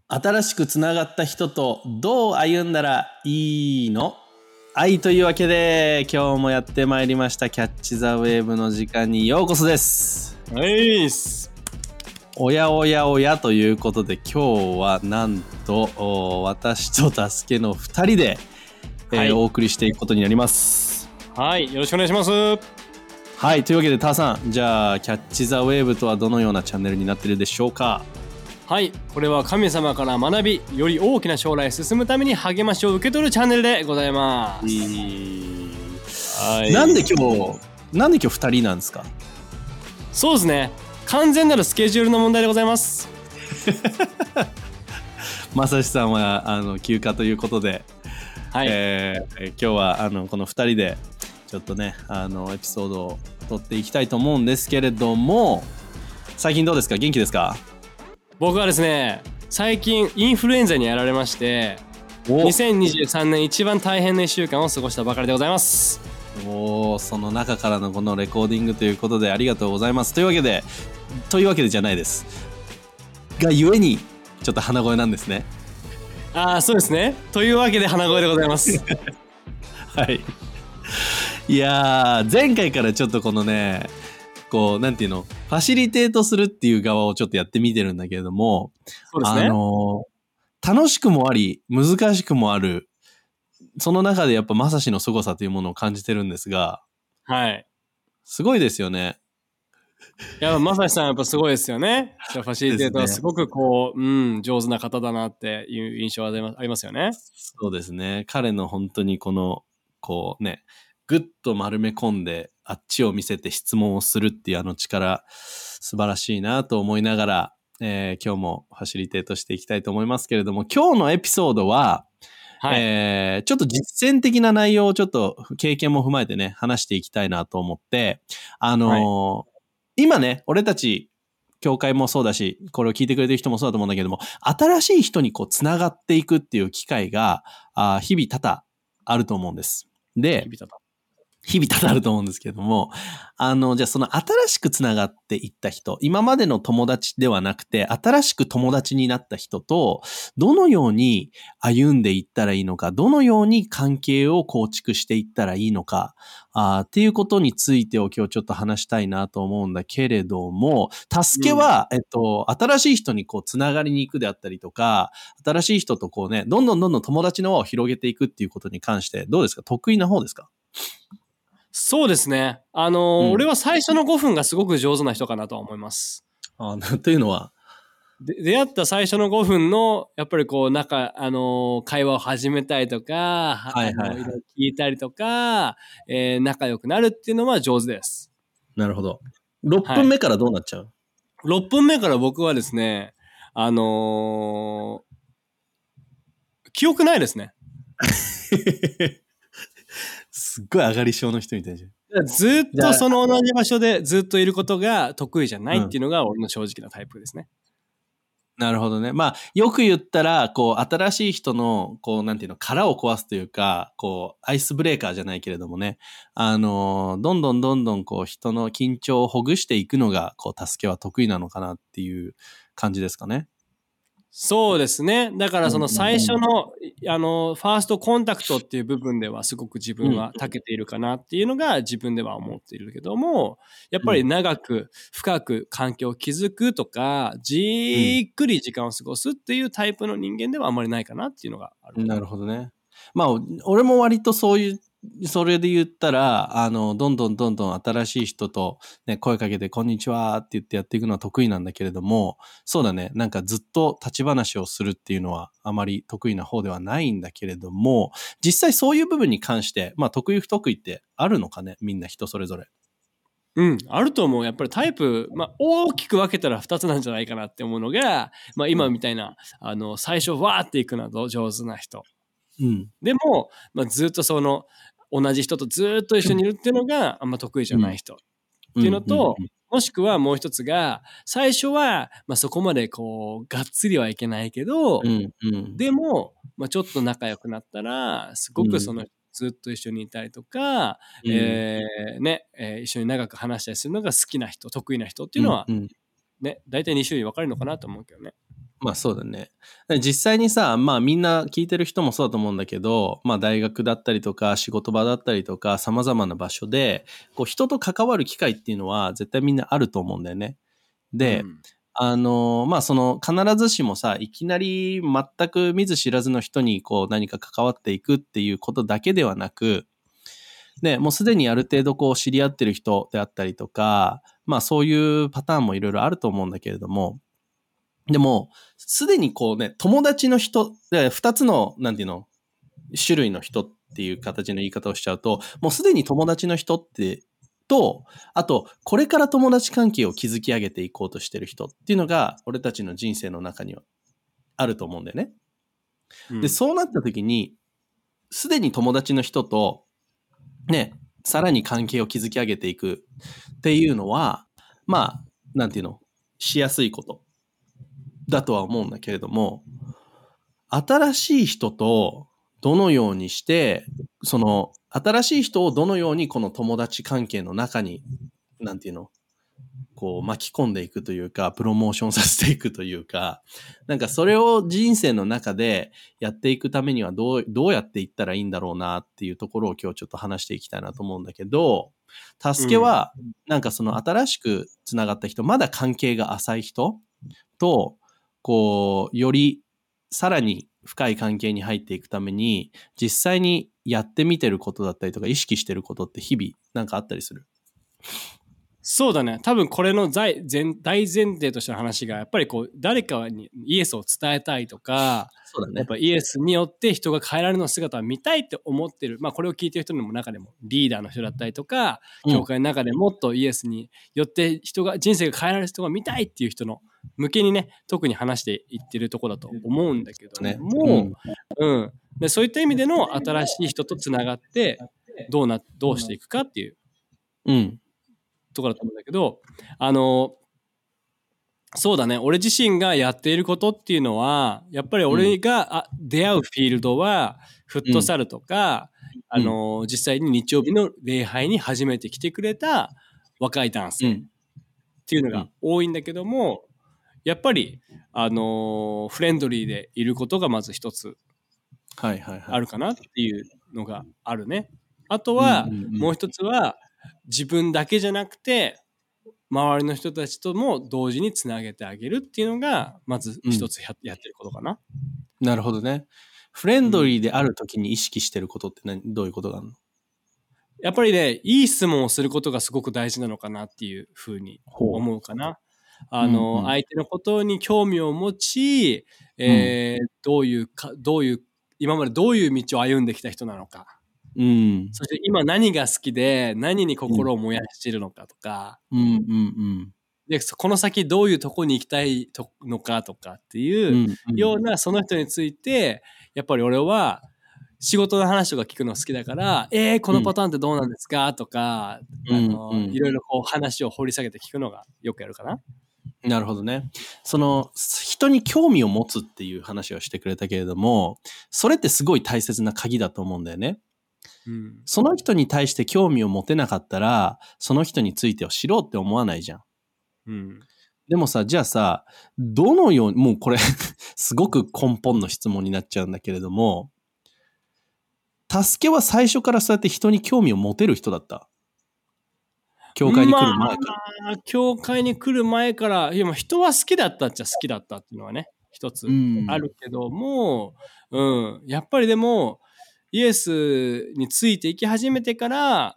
新しくつながった人とどう歩んだらいいの？愛というわけで今日もやってまいりましたキャッチザウェーブの時間にようこそです。 はいっす。 おやおやおやということで今日はなんと私と助けの2人で、お送りしていくことになります。 はい、よろしくお願いします。 はい、というわけでターさん、じゃあキャッチザウェーブとはどのようなチャンネルになっているでしょうか？ はい、これは神様から学び、より大きな将来へ進むために励ましを受け取るチャンネルでございます。はい。 なんで今日2人なんですか？ そうですね。完全なるスケジュールの問題でございます。 まさしさんは休暇ということで、 はい。 今日はこの2人でちょっとねエピソードを撮っていきたいと思うんですけれども、最近どうですか？元気ですか？ 僕はですね、最近インフルエンザにやられまして、2023年一番大変な1週間を過ごしたばかりでございます。 その中からのこのレコーディングということでありがとうございます。というわけでじゃないですがゆえにちょっと鼻声なんですね。 そうですね。というわけで鼻声でございます。 はい。いやー、前回からちょっとこのね、こうなんていうの、ファシリテートするっていう側をちょっとやってみてるんだけれども、 そうですね。 楽しくもあり難しくもある、その中でやっぱまさしの凄さというものを感じてるんですが、 はい。 すごいですよね。 いや、まさしさんやっぱすごいですよね。ファシリテートはですね。 すごく上手な方だなっていう印象はありますよね。 そうですね。彼の本当にこの、こうね、ぐっと丸め込んで、あっちを見せて質問をするっていう力、素晴らしいなと思いながら、今日もファシリテートしていきたいと思いますけれども、今日のエピソードは、 はい。 ちょっと実践的な内容をちょっと経験も踏まえてね、話していきたいなと思って、 はい。 今ね、俺たち、教会もそうだし、これを聞いてくれてる人もそうだと思うんだけども、新しい人にこう、つながっていくっていう機会が、日々多々あると思うんです。で、日々多々あると思うんですけれども、じゃあその新しくつながっていった人、今までの友達ではなくて、新しく友達になった人と、どのように歩んでいったらいいのか、どのように関係を構築していったらいいのか、っていうことについてを今日ちょっと話したいなと思うんだけれども、助けは、新しい人にこうつながりに行くであったりとか、新しい人とこうね、どんどん友達の輪を広げていくっていうことに関して、どうですか？得意な方ですか？ そうですね。俺は最初の5分がすごく上手な人かなとは思います。 というのは、 出会った最初の5分の、やっぱりこう、会話を始めたりとか、いろいろ聞いたりとか、仲良くなるっていうのは上手です。 なるほど。6分目からどうなっちゃう？ 6 分目から僕はですね、記憶ないですね。 すっごい上がり症の人みたいじゃん。 ずっとその同じ場所でずっといることが得意じゃないっていうのが俺の正直なタイプですね。 なるほどね。まあ、よく言ったら、こう、新しい人の、こう、なんていうの、殻を壊すというか、こう、アイスブレーカーじゃないけれどもね、どんどん、こう、人の緊張をほぐしていくのが、こう、助けは得意なのかなっていう感じですかね。 そうですね。だからその最初の、ファーストコンタクトっていう部分ではすごく自分は長けているかなっていうのが自分では思っているけども、やっぱり長く深く環境を築くとか、じっくり時間を過ごすっていうタイプの人間ではあんまりないかなっていうのがある。 なるほどね。まあ、俺も割とそういう、それで言ったら、どんどん新しい人とね、声かけて、こんにちはって言ってやっていくのは得意なんだけれども、そうだね、なんかずっと立ち話をするっていうのはあまり得意な方ではないんだけれども、実際そういう部分に関して、まあ得意不得意ってあるのかね、みんな人それぞれ。 あると思う。やっぱりタイプ、大きく分けたら2つなんじゃないかなって思うのが、今みたいな、最初わーっていくのは上手な人。でも、ずっと同じ人とずっと一緒にいるっていうのがあんま得意じゃない人っていうのと、もしくはもう一つが、最初は、そこまでこう、がっつりはいけないけど、でも、ちょっと仲良くなったら、すごくずっと一緒にいたりとか、一緒に長く話したりするのが好きな人、得意な人っていうのは、ね、大体2種類分かれるのかなと思うけどね。 まあそうだね。実際にさ、まあみんな聞いてる人もそうだと思うんだけど、まあ大学だったりとか仕事場だったりとか様々な場所で、こう人と関わる機会っていうのは絶対みんなあると思うんだよね。で、まあその必ずしもさ、いきなり全く見ず知らずの人にこう何か関わっていくっていうことだけではなく、ね、もうすでにある程度こう知り合ってる人であったりとか、まあそういうパターンもいろいろあると思うんだけれども、でも、すでにこうね、友達の人、二つの、なんていうの、種類の人っていう形の言い方をしちゃうと、もうすでに友達の人ってと、あと、これから友達関係を築き上げていこうとしてる人っていうのが、俺たちの人生の中にはあると思うんだよね。で、そうなった時に、すでに友達の人と、ね、さらに関係を築き上げていくっていうのは、まあ、なんていうの、しやすいことだとは思うんだけれども、新しい人とどのようにして、その新しい人をどのようにこの友達関係の中に、なんていうの、こう巻き込んでいくというか、プロモーションさせていくというか、なんかそれを人生の中でやっていくためにはどうやっていったらいいんだろうなっていうところを今日ちょっと話していきたいなと思うんだけど、助けは、なんかその新しくつながった人、まだ関係が浅い人と、こう、よりさらに深い関係に入っていくために、実際にやってみてることだったりとか、意識してることって日々なんかあったりする？ そうだね。多分これの大前提としての話が、やっぱりこう、誰かにイエスを伝えたいとか、 そうだね。 やっぱイエスによって人が変えられるの姿を見たいって思ってる。まあこれを聞いてる人の中でも、リーダーの人だったりとか、教会の中でもっとイエスによって人生が変えられる人が見たいっていう人の向けにね、特に話していってるところだと思うんだけども、でそういった意味での新しい人とつながって、どうしていくかっていう。ところだと思うんだけど、そうだね、俺自身がやっていることっていうのは、やっぱり俺が、出会うフィールドはフットサルとか、実際に日曜日の礼拝に初めて来てくれた若い男性っていうのが多いんだけども、やっぱり、フレンドリーでいることがまず一つあるかなっていうのがあるね。あとは、もう一つは、自分だけじゃなくて周りの人たちとも同時につなげてあげるっていうのがまず一つやってることかな。 なるほどね。フレンドリーであるときに意識してることってどういうことがあるの？ やっぱりね、いい質問をすることがすごく大事なのかなっていうふうに思うかな。相手のことに興味を持ち、どういう今までどういう道を歩んできた人なのか。そして今何が好きで何に心を燃やしているのかとか、でこの先どういうとこに行きたいのかとかっていうようなその人について、やっぱり俺は仕事の話とか聞くの好きだから、このパターンってどうなんですかとか、いろいろこう話を掘り下げて聞くのがよくやるかな。 なるほどね。その人に興味を持つっていう話をしてくれたけれども、それってすごい大切な鍵だと思うんだよね。その人に対して興味を持てなかったら、その人についてを知ろうって思わないじゃん。でもさ、じゃあさ、どのように、もうこれすごく根本の質問になっちゃうんだけれども、助けは最初からそうやって人に興味を持てる人だった？教会に来る前から。 教会に来る前から、いや、人は好きだったっちゃ好きだったっていうのはね、一つあるけども、やっぱりでも、イエスについていき始めてから、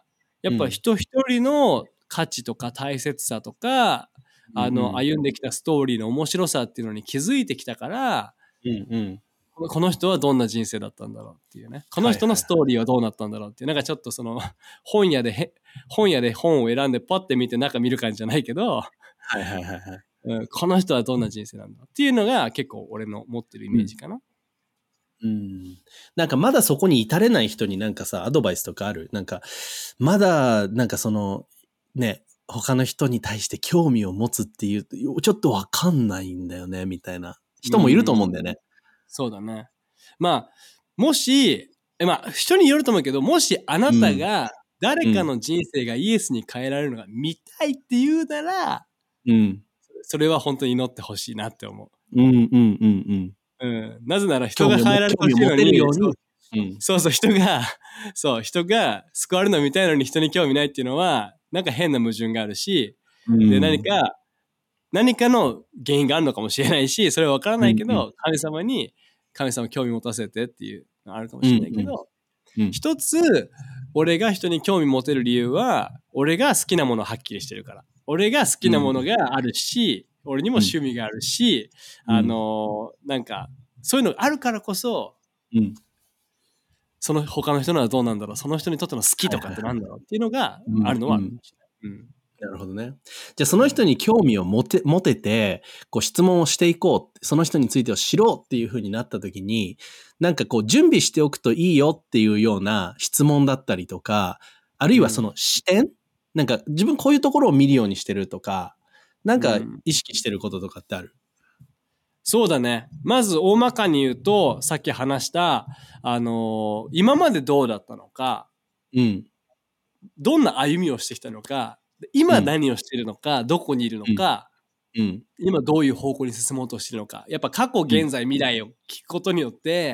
やっぱ人一人の価値とか大切さとか、歩んできたストーリーの面白さっていうのに気づいてきたから、この人はどんな人生だったんだろうっていうね。この人のストーリーはどうなったんだろうっていう。なんかちょっとその本屋で本を選んでパッて見て中見る感じじゃないけど、この人はどんな人生なんだっていうのが結構俺の持ってるイメージかな。 なんかまだそこに至れない人になんかさ、アドバイスとかある？なんか、まだなんかその、ね、他の人に対して興味を持つっていう、ちょっとわかんないんだよね、みたいな人もいると思うんだよね。 そうだね。まあ、もし、人によると思うけど、もしあなたが誰かの人生がイエスに変えられるのが見たいって言うなら、それは本当に祈ってほしいなって思う。 うんうんうんうん。なぜなら人が変えられてほしいの興味を持てるよに、 うに。 そうそう、人が救われるの見たいのに人に興味ないっていうのは、なんか変な矛盾があるし、で、何かの原因があるのかもしれないし、それは分からないけど、神様興味持たせてっていうのあるかもしれないけど、一つ、俺が人に興味持てる理由は、俺が好きなものはっきりしてるから。俺が好きなものがあるし、俺にも趣味があるし、なんか、そういうのがあるからこそ、その他の人のはどうなんだろう、その人にとっての好きとかってなんだろうっていうのがあるのはあるかもしれない。 なるほどね。じゃあその人に興味を持てて、こう質問をしていこう、その人についてを知ろうっていう風になった時に、なんかこう準備しておくといいよっていうような質問だったりとか、あるいはその視点、なんか自分こういうところを見るようにしてるとか、なんか意識してることとかってある？ そうだね。まず大まかに言うと、さっき話した、今までどうだったのか、どんな歩みをしてきたのか、今何をしているのか、どこにいるのか、今どういう方向に進もうとしているのか。やっぱ過去、現在、未来を聞くことによって、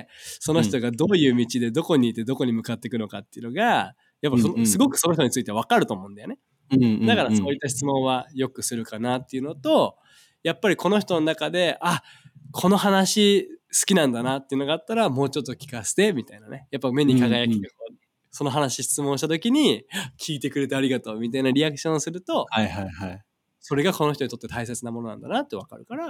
その人がどういう道でどこにいてどこに向かっていくのかっていうのが、やっぱすごくその人について分かると思うんだよね。だからそういった質問はよくするかなっていうのと、やっぱりこの人の中で、この話好きなんだなっていうのがあったら、もうちょっと聞かせてみたいなね。やっぱ目に輝きが、その話質問した時に、聞いてくれてありがとうみたいなリアクションをすると、それがこの人にとって大切なものなんだなってわかるから、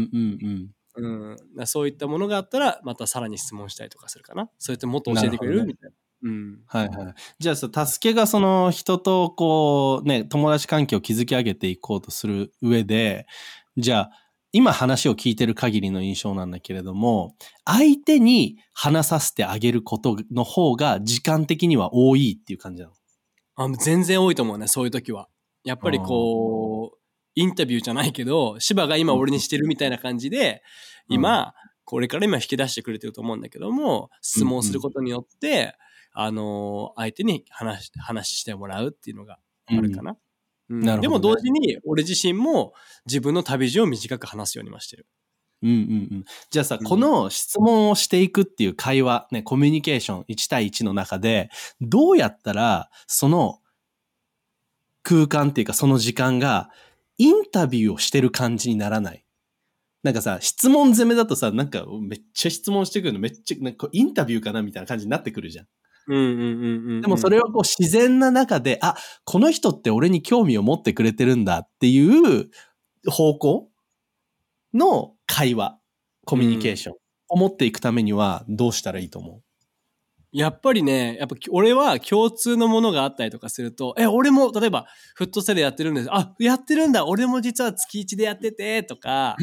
そういったものがあったら、またさらに質問したりとかするかな。そうやってもっと教えてくれるみたいな。 じゃあさ、助けがその人とこうね、友達関係を築き上げていこうとする上で、じゃあ今話を聞いてる限りの印象なんだけれども、相手に話させてあげることの方が時間的には多いっていう感じなの？ 全然多いと思うね、そういう時は。やっぱりこう、インタビューじゃないけど、芝が今俺にしてるみたいな感じで、これから今引き出してくれてると思うんだけども、質問することによって、相手に話してもらうっていうのがあるかな。でも同時に、俺自身も自分の旅路を短く話すようにはしてる。 じゃあさ、この質問をしていくっていう会話、ね、コミュニケーション1対1の中で、どうやったらその空間っていうかその時間がインタビューをしてる感じにならない？なんかさ、質問攻めだとさ、なんかめっちゃ質問してくるのめっちゃ、なんかインタビューかなみたいな感じになってくるじゃん。でもそれをこう自然な中で、この人って俺に興味を持ってくれてるんだっていう方向の会話、コミュニケーションを持っていくためにはどうしたらいいと思う？ やっぱりね、俺は共通のものがあったりとかすると、俺も例えばフットサルやってるんです。やってるんだ。俺も実は月1でやってて、とか、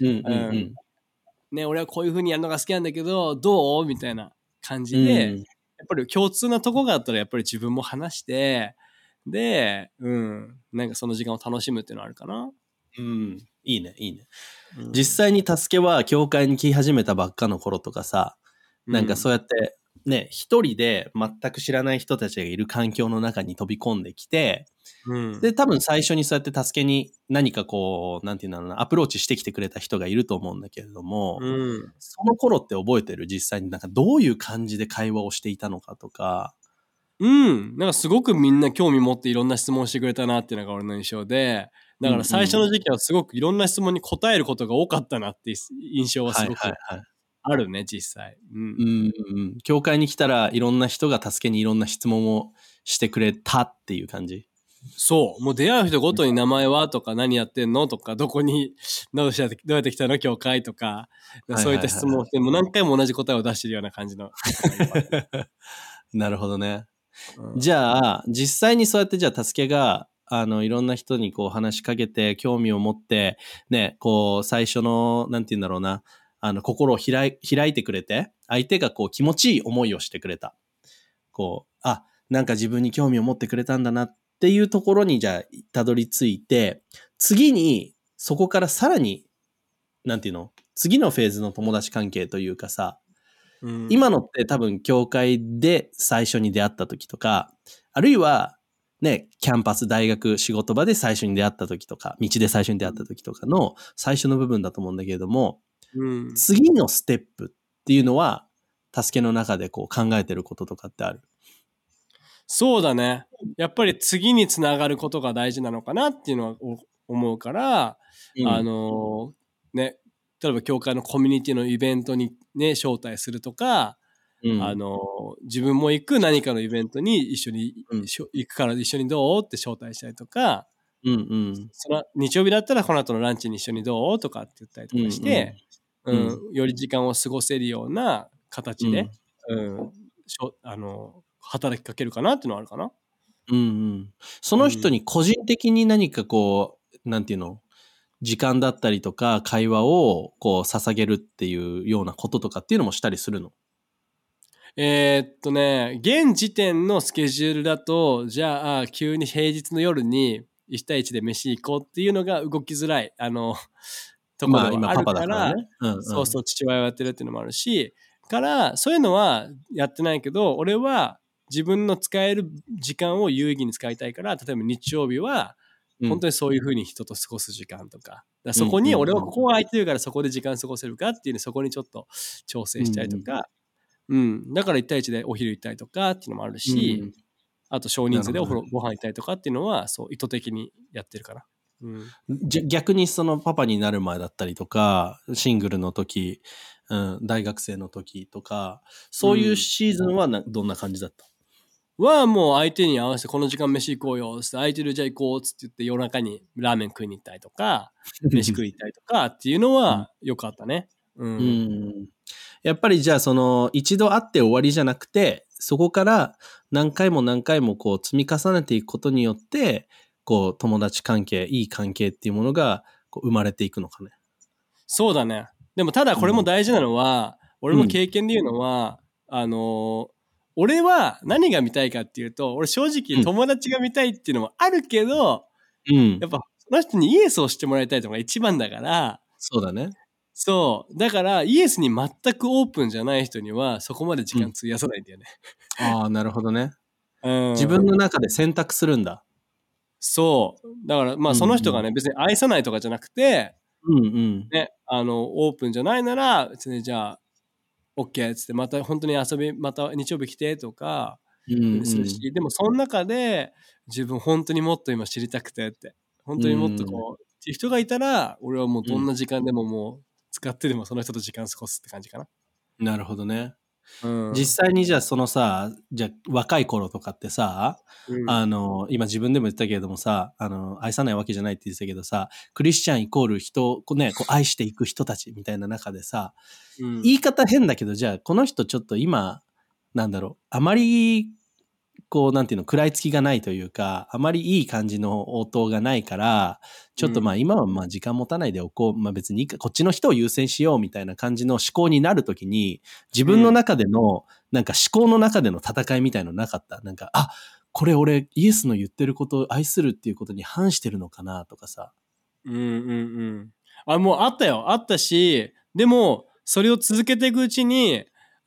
ね、俺はこういう風にやるのが好きなんだけど、どうみたいな感じで、やっぱり共通なとこがあったらやっぱり自分も話して、で、なんかその時間を楽しむっていうのはあるかな。 いいね。実際に助けは教会に来始めたばっかの頃とかさ、なんかそうやってね、一人で全く知らない人たちがいる環境の中に飛び込んできて、で、多分最初にそうやって助けに何かこう、なんていうんだろうな、アプローチしてきてくれた人がいると思うんだけれども、その頃って覚えてる？実際になんかどういう感じで会話をしていたのかとか。 なんかすごくみんな興味持っていろんな質問してくれたなっていうのが俺の印象で、だから最初の時期はすごくいろんな質問に答えることが多かったなっていう印象はすごくあるね、実際。 教会に来たらいろんな人が助けにいろんな質問をしてくれたっていう感じ？ そう。もう出会う人ごとに名前はとか何やってんのとか、どこに、どうやって来たの教会とか、そういった質問をして、もう何回も同じ答えを出してるような感じの。 なるほどね。じゃあ、実際にそうやってじゃあ助けが、いろんな人にこう話しかけて興味を持って、ね、こう最初の、なんて言うんだろうな、心を開いてくれて、相手がこう気持ちいい思いをしてくれた。こう、なんか自分に興味を持ってくれたんだなっていうところにじゃあたどり着いて、次にそこからさらに、なんていうの？次のフェーズの友達関係というかさ、今のって多分教会で最初に出会った時とか、あるいはね、キャンパス、大学、仕事場で最初に出会った時とか、道で最初に出会った時とかの最初の部分だと思うんだけれども、次のステップっていうのは、助けの中でこう考えてることとかってある？ そうだね。やっぱり次につながることが大事なのかなっていうのは思うから、ね、例えば教会のコミュニティのイベントにね、招待するとか、自分も行く何かのイベントに一緒に、行くから一緒にどうって招待したりとか、その日曜日だったらこの後のランチに一緒にどうとかって言ったりとかして、より時間を過ごせるような形で、働きかけるかなっていうのはあるかな。 その人に個人的に何かこう、なんていうの、時間だったりとか会話をこう捧げるっていうようなこととかっていうのもしたりするの？ 現時点のスケジュールだと、じゃあ急に平日の夜に1対1で飯行こうっていうのが動きづらいところはあるから、そうそう、父親をやってるっていうのもあるし、からそういうのはやってないけど、俺は自分の使える時間を有意義に使いたいから、例えば日曜日は本当にそういう風に人と過ごす時間とか、そこに俺はここが空いてるからそこで時間過ごせるかっていうの、そこにちょっと調整したりとか、だから1対1でお昼行ったりとかっていうのもあるし、あと少人数でご飯行ったりとかっていうのはそう意図的にやってるから。 逆にそのパパになる前だったりとか、シングルの時、大学生の時とか、そういうシーズンはどんな感じだった？ はもう相手に合わせてこの時間飯行こうよって空いてるじゃあ行こうっつって言って夜中にラーメン食いに行ったりとか飯食いに行ったりとかっていうのはよくあったね。 やっぱりじゃあその一度会って終わりじゃなくて、そこから何回も何回もこう積み重ねていくことによってこう友達関係、いい関係っていうものがこう生まれていくのかね。 そうだね。でもただこれも大事なのは、俺の経験で言うのは、俺は何が見たいかっていうと、俺正直友達が見たいっていうのもあるけど、やっぱその人にイエスをしてもらいたいのが一番だから。 そうだね。 そう。だからイエスに全くオープンじゃない人にはそこまで時間費やさないんだよね。 ああ、なるほどね。自分の中で選択するんだ。 そう。だからまあその人がね、別に愛さないとかじゃなくて、ね、オープンじゃないなら別にじゃあ OK っつってまた本当にまた日曜日来てとかするし、でもその中で自分本当にもっと今知りたくてって本当にもっとこうっていう人がいたら、俺はもうどんな時間でももう使ってでもその人と時間過ごすって感じかな。 なるほどね。実際にじゃあそのさ、じゃあ若い頃とかってさ、今自分でも言ったけれどもさ、愛さないわけじゃないって言ってたけどさ、クリスチャンイコール人をね、こう愛していく人たちみたいな中でさ、言い方変だけど、じゃあこの人ちょっと今、なんだろう、あまりこう、なんていうの、食らいつきがないというか、あまりいい感じの応答がないから、ちょっとまあ今はまあ時間持たないでおこう。まあ別にいいか、こっちの人を優先しようみたいな感じの思考になるときに、自分の中での、なんか思考の中での戦いみたいのなかった？なんか、あ、これ俺イエスの言ってることを愛するっていうことに反してるのかなとかさ。 もうあったよ。あったし、でも、それを続けていくうちに、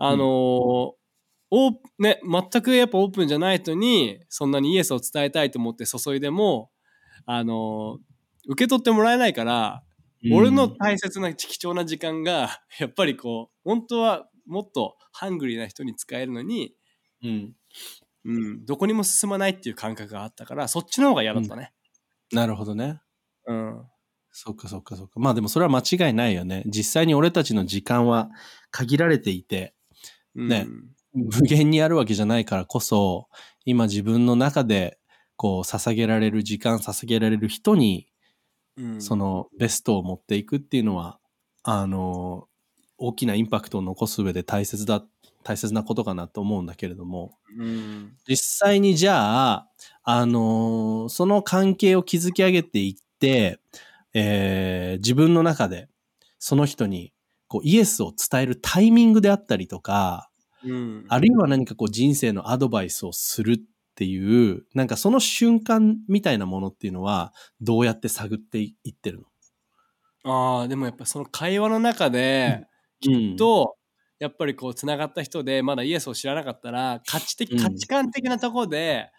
全くやっぱオープンじゃない人にそんなにイエスを伝えたいと思って注いでも受け取ってもらえないから、俺の大切な貴重な時間がやっぱりこう本当はもっとハングリーな人に使えるのに、どこにも進まないっていう感覚があったから、そっちの方が嫌だったね。 なるほどね。そっかそっかそっか。まあでもそれは間違いないよね。実際に俺たちの時間は限られていて、ね、無限にあるわけじゃないからこそ、今自分の中でこう捧げられる時間、捧げられる人に、そのベストを持っていくっていうのは、大きなインパクトを残す上で大切なことかなと思うんだけれども、実際にじゃあ、その関係を築き上げていって、自分の中でその人にこうイエスを伝えるタイミングであったりとか、あるいは何かこう人生のアドバイスをするっていう、なんかその瞬間みたいなものっていうのはどうやって探っていってるの？でもやっぱその会話の中で、きっとやっぱりこうつながった人でまだイエスを知らなかったら価値観的なところで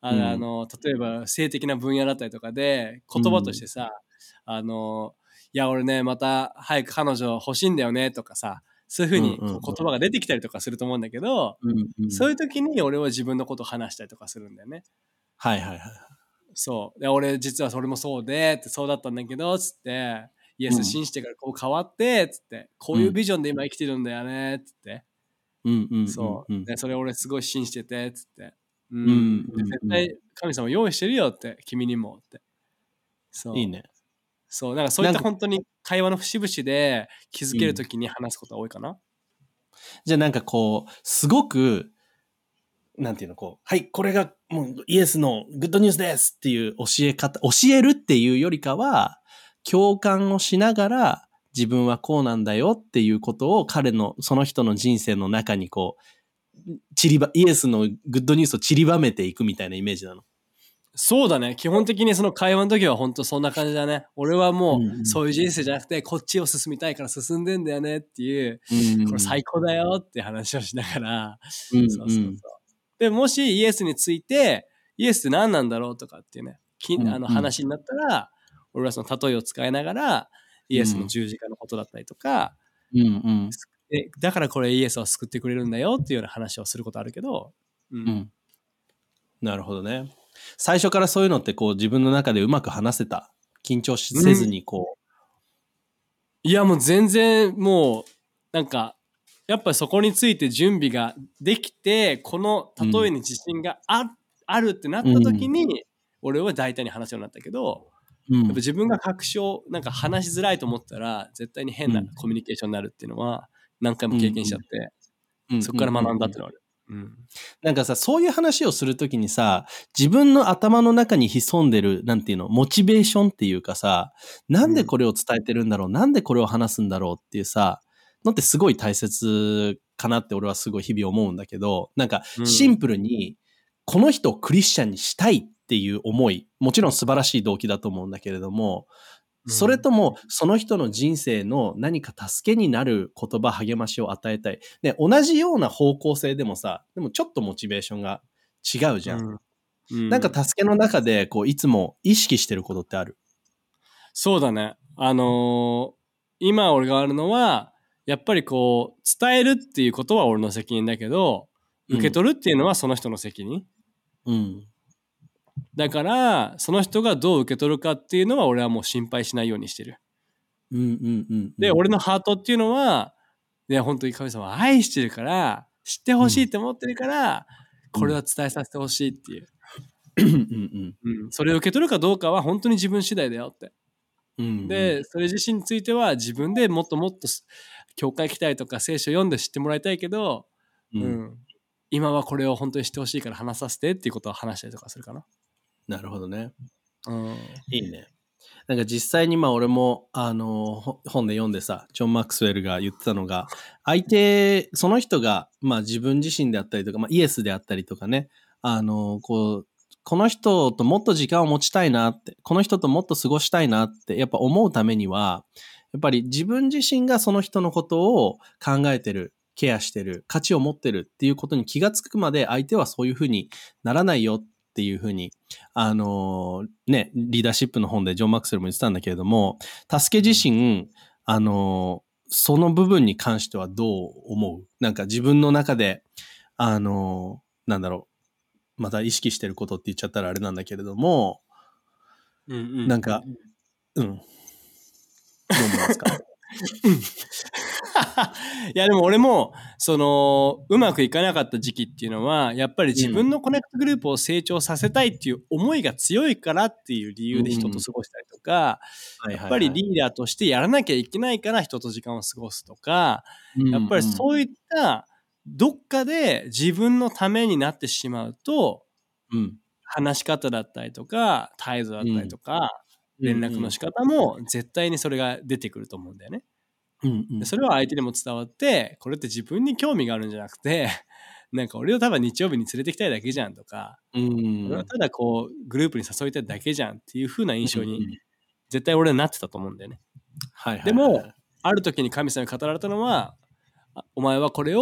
例えば性的な分野だったりとかで言葉としてさ、いや俺ねまた早く彼女欲しいんだよねとかさ、そういうふうにこう言葉が出てきたりとかすると思うんだけど、そういう時に俺は自分のことを話したりとかするんだよね。 はいはいはい。 そうで俺実はそれもそうでってそうだったんだけどつってイエス信じてからこう変わってつってこういうビジョンで今生きてるんだよねつって、そうでそれ俺すごい信じててつって、絶対神様用意してるよって君にもって、そういいね。 そうなんかそういった本当に会話の節々で気づけるときに話すことが多いかな。 じゃあなんかこうすごくなんていうのこうはいこれがもうイエスのグッドニュースですっていう教えるっていうよりかは共感をしながら自分はこうなんだよっていうことを彼のその人の人生の中にこうイエスのグッドニュースを散りばめていくみたいなイメージなの。 そうだね。基本的にその会話の時は本当そんな感じだね。俺はもうそういう人生じゃなくてこっちを進みたいから進んでんだよねっていう、これ最高だよって話をしながら、そうそうそう。でもしイエスについてイエスって何なんだろうとかっていうね、話になったら、俺はその例えを使いながらイエスの十字架のことだったりとか、だからこれイエスは救ってくれるんだよっていうような話をすることあるけど、 なるほどね。最初からそういうのってこう自分の中でうまく話せた？緊張せずにこう、 いやもう全然もうなんかやっぱりそこについて準備ができてこの例えに自信があるってなった時に、俺は大体に話すようになったけど、やっぱ自分が確証なんか話しづらいと思ったら絶対に変なコミュニケーションになるっていうのは何回も経験しちゃって、そこから学んだってのはある。 なんかさそういう話をするときにさ自分の頭の中に潜んでるなんていうのモチベーションっていうかさなんでこれを伝えてるんだろう、なんでこれを話すんだろうっていうさのってすごい大切かなって俺はすごい日々思うんだけど、なんかシンプルにこの人をクリスチャンにしたいっていう思いもちろん素晴らしい動機だと思うんだけれども、それともその人の人生の何か助けになる言葉励ましを与えたい、ね、同じような方向性でもさでもちょっとモチベーションが違うじゃん、なんか助けの中でこういつも意識してることってある？ そうだね、今俺があるのはやっぱりこう伝えるっていうことは俺の責任だけど受け取るっていうのはその人の責任、だからその人がどう受け取るかっていうのは俺はもう心配しないようにしてる。で俺のハートっていうのは本当に神様は愛してるから知ってほしいって思ってるから、これは伝えさせてほしいっていう、それを受け取るかどうかは本当に自分次第だよって、でそれ自身については自分でもっともっと教会来たりとか聖書読んで知ってもらいたいけど、今はこれを本当に知ってほしいから話させてっていうことを話したりとかするかな。 なるほどね、いいね。なんか実際に俺も本で読んでさジョン・マックスウェルが言ってたのがその人が自分自身であったりとか、イエスであったりとかねこの人ともっと時間を持ちたいなってこの人ともっと過ごしたいなってやっぱ思うためにはやっぱり自分自身がその人のことを考えてるケアしてる価値を持ってるっていうことに気がつくまで相手はそういうふうにならないよっていうふうにリーダーシップの本でジョン・マックスウェルも言ってたんだけれども、助け自身その部分に関してはどう思う？なんか自分の中でなんだろうまた意識してることって言っちゃったらあれなんだけれども、なんかどう思いますか？ いやでも俺もうまくいかなかった時期っていうのはやっぱり自分のコネクトグループを成長させたいっていう思いが強いからっていう理由で人と過ごしたりとか、やっぱりリーダーとしてやらなきゃいけないから人と時間を過ごすとか、やっぱりそういったどっかで自分のためになってしまうと、話し方だったりとか態度だったりとか、連絡の仕方も絶対にそれが出てくると思うんだよね。それは相手にも伝わってこれって自分に興味があるんじゃなくてなんか俺を多分日曜日に連れてきたいだけじゃんとか、俺はただこうグループに誘いたいだけじゃんっていう風な印象に絶対俺はなってたと思うんだよね。でもある時に神様に語られたのはお前はこれを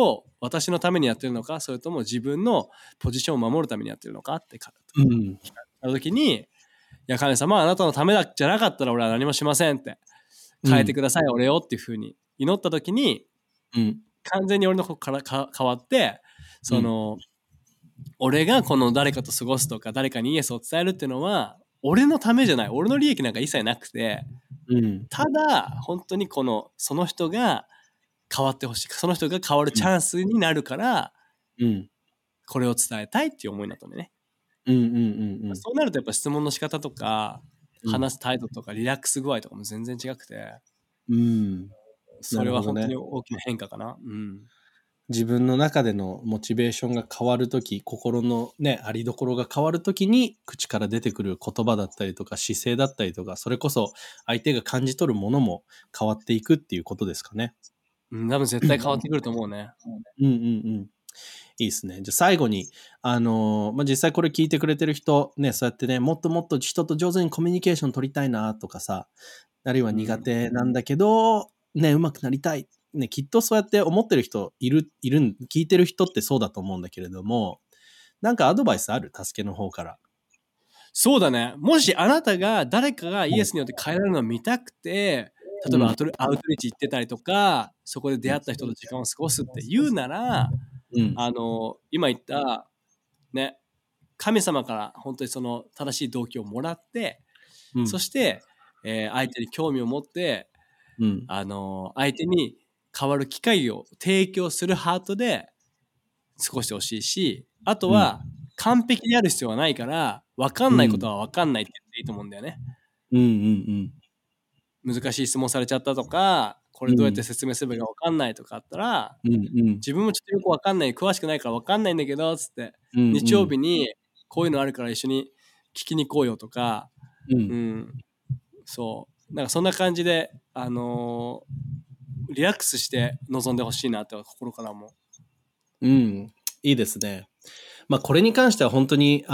私のためにやってるのか、それとも自分のポジションを守るためにやってるのかって聞かれた時に、いや神様あなたのためじゃなかったら俺は何もしませんって変えてください、俺をっていうふうに祈った時に、完全に俺の方から変わって、その、俺がこの誰かと過ごすとか誰かにイエスを伝えるっていうのは俺のためじゃない、俺の利益なんか一切なくて、ただ本当にその人が変わってほしい、その人が変わるチャンスになるから、これを伝えたいっていう思いになったんでね。そうなるとやっぱ質問の仕方とか話す態度とかリラックス具合とかも全然違くて、それは本当に大きな変化かな。 自分の中でのモチベーションが変わるとき、心のね、ありどころが変わるときに、口から出てくる言葉だったりとか、姿勢だったりとか、それこそ相手が感じ取るものも変わっていくっていうことですかね。 多分絶対変わってくると思うね。 いいですね。じゃあ最後に、実際これ聞いてくれてる人、ね、そうやってね、もっともっと人と上手にコミュニケーション取りたいなとかさ、あるいは苦手なんだけど、ね、上手くなりたい。ね、きっとそうやって思ってる人聞いてる人ってそうだと思うんだけれども、なんかアドバイスある？助けの方から。 そうだね。もしあなたが誰かがイエスによって変えられるのを見たくて、例えばアウトリーチ行ってたりとか、そこで出会った人と時間を過ごすって言うなら、今言ったね、神様から本当にその正しい動機をもらって、そして、相手に興味を持って、相手に変わる機会を提供するハートで過ごしてほしいし、あとは、完璧である必要はないから、分かんないことは分かんないって言っていいと思うんだよね。難しい質問されちゃったとか、これどうやって説明すればいいか分かんないとかあったら、自分もちょっとよく分かんない、詳しくないから分かんないんだけどつって、日曜日にこういうのあるから一緒に聞きに行こうよとか、そうなんかそんな感じでリラックスして臨んでほしいなって心からも。 いいですね。これに関しては本当に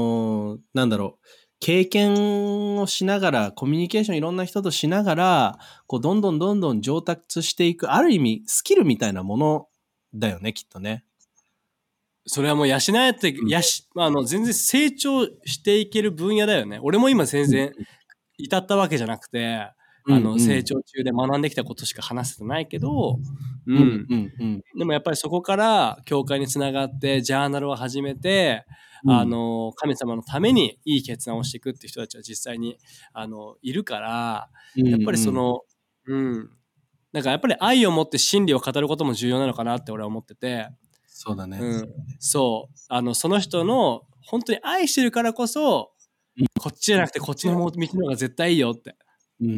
経験をしながら、コミュニケーションいろんな人としながら、こうどんどん上達していく、ある意味スキルみたいなものだよね、きっとね。 それはもう養えて、全然成長していける分野だよね。俺も今全然至ったわけじゃなくて、成長中で学んできたことしか話せてないけど、でもやっぱりそこから教会につながってジャーナルを始めて、神様のためにいい決断をしていくっていう人たちは実際にいるから、やっぱりなんかやっぱり愛を持って真理を語ることも重要なのかなって俺は思ってて。 そうだね。 そうその人の本当に愛してるからこそ、こっちじゃなくてこっちの道の方が絶対いいよって。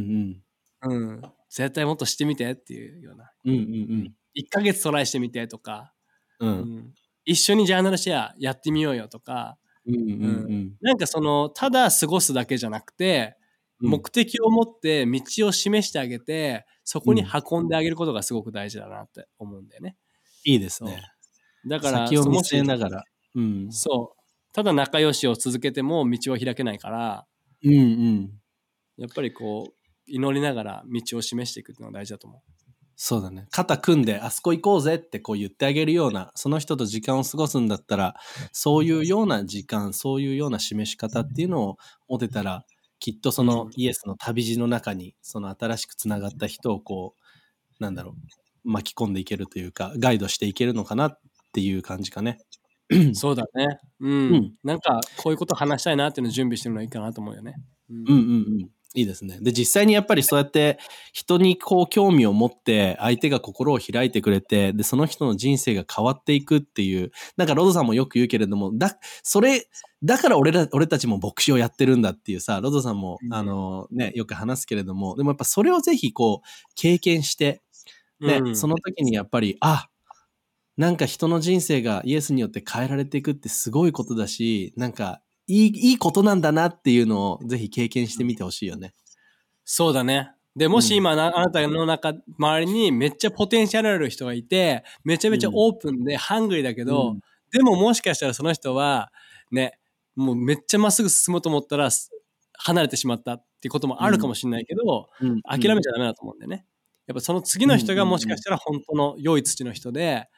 絶対もっとしてみてっていうような。1ヶ月トライしてみてとか、一緒にジャーナルシェアやってみようよとか、なんかただ過ごすだけじゃなくて、目的を持って道を示してあげて、そこに運んであげることがすごく大事だなって思うんだよね。 いいですね。 だから先を見据えながら、 ただ仲良しを続けても道は開けないから、やっぱり祈りながら道を示していくっていうのが大事だと思う。 そうだね。肩組んであそこ行こうぜって言ってあげるような、その人と時間を過ごすんだったら、そういうような時間、そういうような示し方っていうのを持てたら、きっとそのイエスの旅路の中に、その新しくつながった人を巻き込んでいけるというか、ガイドしていけるのかなっていう感じかね。 そうだね。なんかこういうこと話したいなっていうのを準備してるのがいいかなと思うよね。 いいですね。で、実際にやっぱりそうやって人に興味を持って相手が心を開いてくれて、で、その人の人生が変わっていくっていう、なんかロドさんもよく言うけれども、だから俺たちも牧師をやってるんだっていうさ、ロドさんも、よく話すけれども、でもやっぱそれをぜひ経験して、その時にやっぱり、なんか人の人生がイエスによって変えられていくってすごいことだし、なんか、いいことなんだなっていうのをぜひ経験してみてほしいよね。 そうだね。で、もし今、あなたの周りにめっちゃポテンシャルある人がいて、めちゃめちゃオープンでハングリーだけど、でももしかしたらその人は、ね、もうめっちゃまっすぐ進もうと思ったら、離れてしまったっていうこともあるかもしれないけど、諦めちゃダメだと思うんだよね。やっぱその次の人がもしかしたら本当の良い土の人で、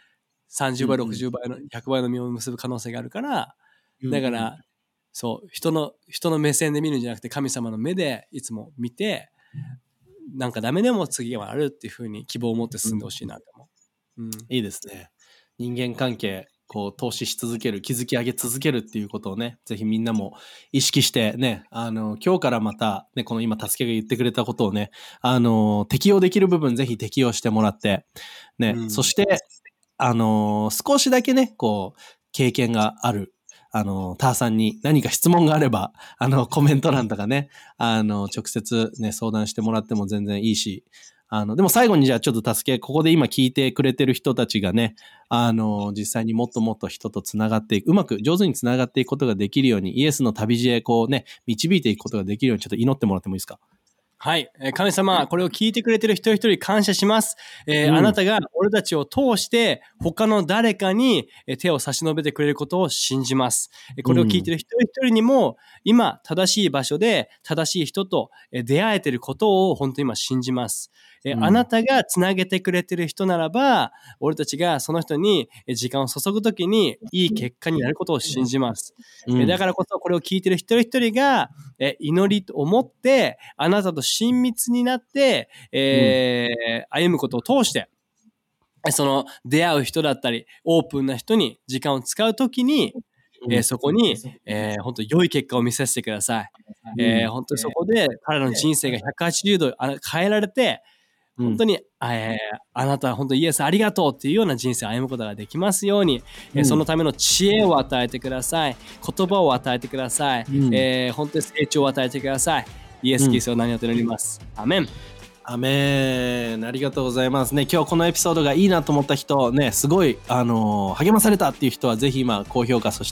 30倍、60倍の、100倍の実を結ぶ可能性があるから、だから、そう、人の目線で見るんじゃなくて、神様の目でいつも見て、なんかダメでも次はあるっていう風に希望を持って進んでほしいなと思う。 いいですね。人間関係、こう、投資し続ける、築き上げ続けるっていうことをね、ぜひみんなも意識してね、今日からまた、ね、この今、助けが言ってくれたことをね、適用できる部分ぜひ適用してもらって、ね、そして、少しだけね、こう、経験がある、ターさんに何か質問があれば、コメント欄とかね、直接ね、相談してもらっても全然いいし、でも最後にじゃあちょっと助け、ここで今聞いてくれてる人たちがね、実際にもっともっと人とつながっていく、うまく上手につながっていくことができるように、イエスの旅路へこうね、導いていくことができるようにちょっと祈ってもらってもいいですか？ はい。神様、これを聞いてくれてる一人一人感謝します。あなたが俺たちを通して他の誰かに手を差し伸べてくれることを信じます。これを聞いてる一人一人にも今正しい場所で正しい人と出会えてることを本当に今信じます。あなたがつなげてくれてる人ならば、俺たちがその人に時間を注ぐときにいい結果になることを信じます。だからこそこれを聞いてる一人一人が祈りと思ってあなたと親密になって、歩むことを通して、その出会う人だったり、オープンな人に時間を使うときに、そこに、本当に良い結果を見させてください。本当にそこで彼らの人生が180度変えられて、本当に、あなたは本当にイエスありがとうっていうような人生を歩むことができますように、そのための知恵を与えてください。言葉を与えてください。本当に成長を与えてください。イエス・キリストを何をと祈ります。アメン。 アメン。ありがとうございますね。今日このエピソードがいいなと思った人ね、すごい励まされたっていう人はぜひ今高評価、そして、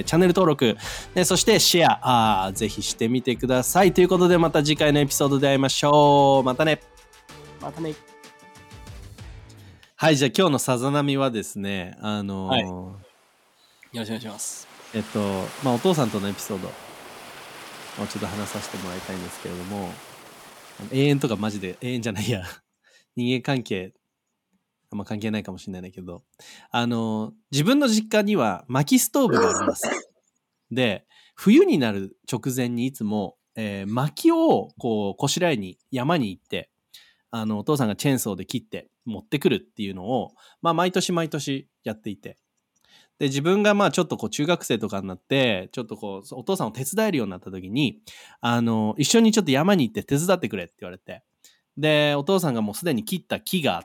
チャンネル登録、ね、そしてシェアぜひしてみてください。ということでまた次回のエピソードで会いましょう。またね。 またね。 はい、じゃあ今日のさざ波はですね、 はい、よろしくお願いします。 お父さんとのエピソードをちょっと話させてもらいたいんですけれども、永遠とかマジで永遠じゃないや人間関係あんま関係ないかもしれないんだけど、自分の実家には薪ストーブがあります。で、冬になる直前にいつも、薪をこうこしらえに山に行って、お父さんがチェーンソーで切って持ってくるっていうのを、毎年毎年やっていて、で、自分がちょっとこう中学生とかになって、ちょっとこうお父さんを手伝えるようになった時に、一緒にちょっと山に行って手伝ってくれって言われて、で、お父さんがもうすでに切った木があって、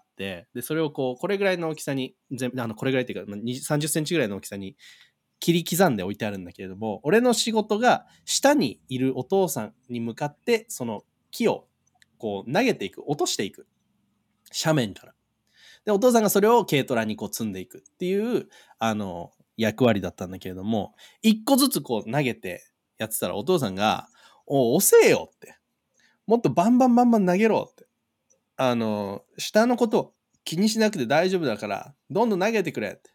で、それをこう、これぐらいの大きさに、これぐらいっていうか、30センチぐらいの大きさに切り刻んで置いてあるんだけれども、俺の仕事が下にいるお父さんに向かって、その木をこう投げていく、落としていく。斜面から。で、お父さんがそれを軽トラにこう積んでいくっていう、役割だったんだけれども、一個ずつこう投げてやってたらお父さんが、遅えよって。もっとバンバンバンバン投げろって。下のこと気にしなくて大丈夫だから、どんどん投げてくれって。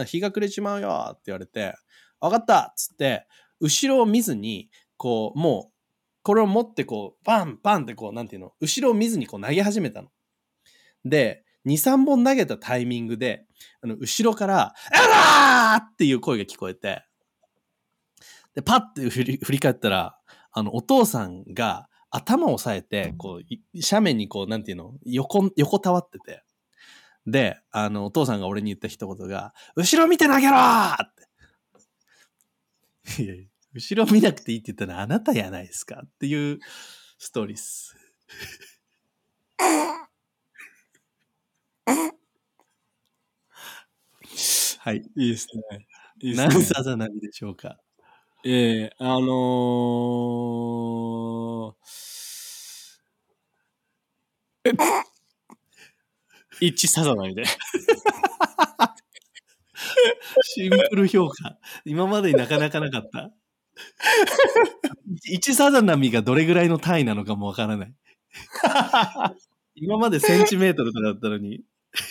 日が暮れちまうよって言われて、わかったっつって、後ろを見ずに、こう、もう、これを持ってこう、パンパンってこう、なんていうの、後ろを見ずにこう投げ始めたの。で、2、3本投げたタイミングで、後ろから、あらーっていう声が聞こえて、で、パッて振り返ったら、お父さんが頭を押さえて、こう、斜面にこう、なんていうの、横たわってて、で、お父さんが俺に言った一言が、後ろ見て投げろーって。いや、後ろ見なくていいって言ったらあなたやないですかっていうストーリーっす。はい。 いいですね。いいですね。 何さざ波でしょうか。 一致さざ波で。 シンプル評価。今までになかなかなかった。一さざ波がどれぐらいの単位なのかもわからない。今までセンチメートルとかだったのに。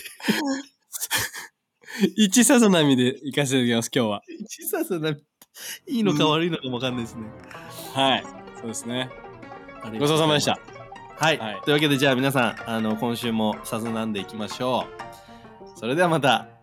一さざ波で行かせていただきます、今日は。 一さざ波、いいのか悪いのかもわかんないですね。 はい。そうですね。ごちそうさまでした。 はい。というわけでじゃあ皆さん、今週もさざなんでいきましょう。それではまた。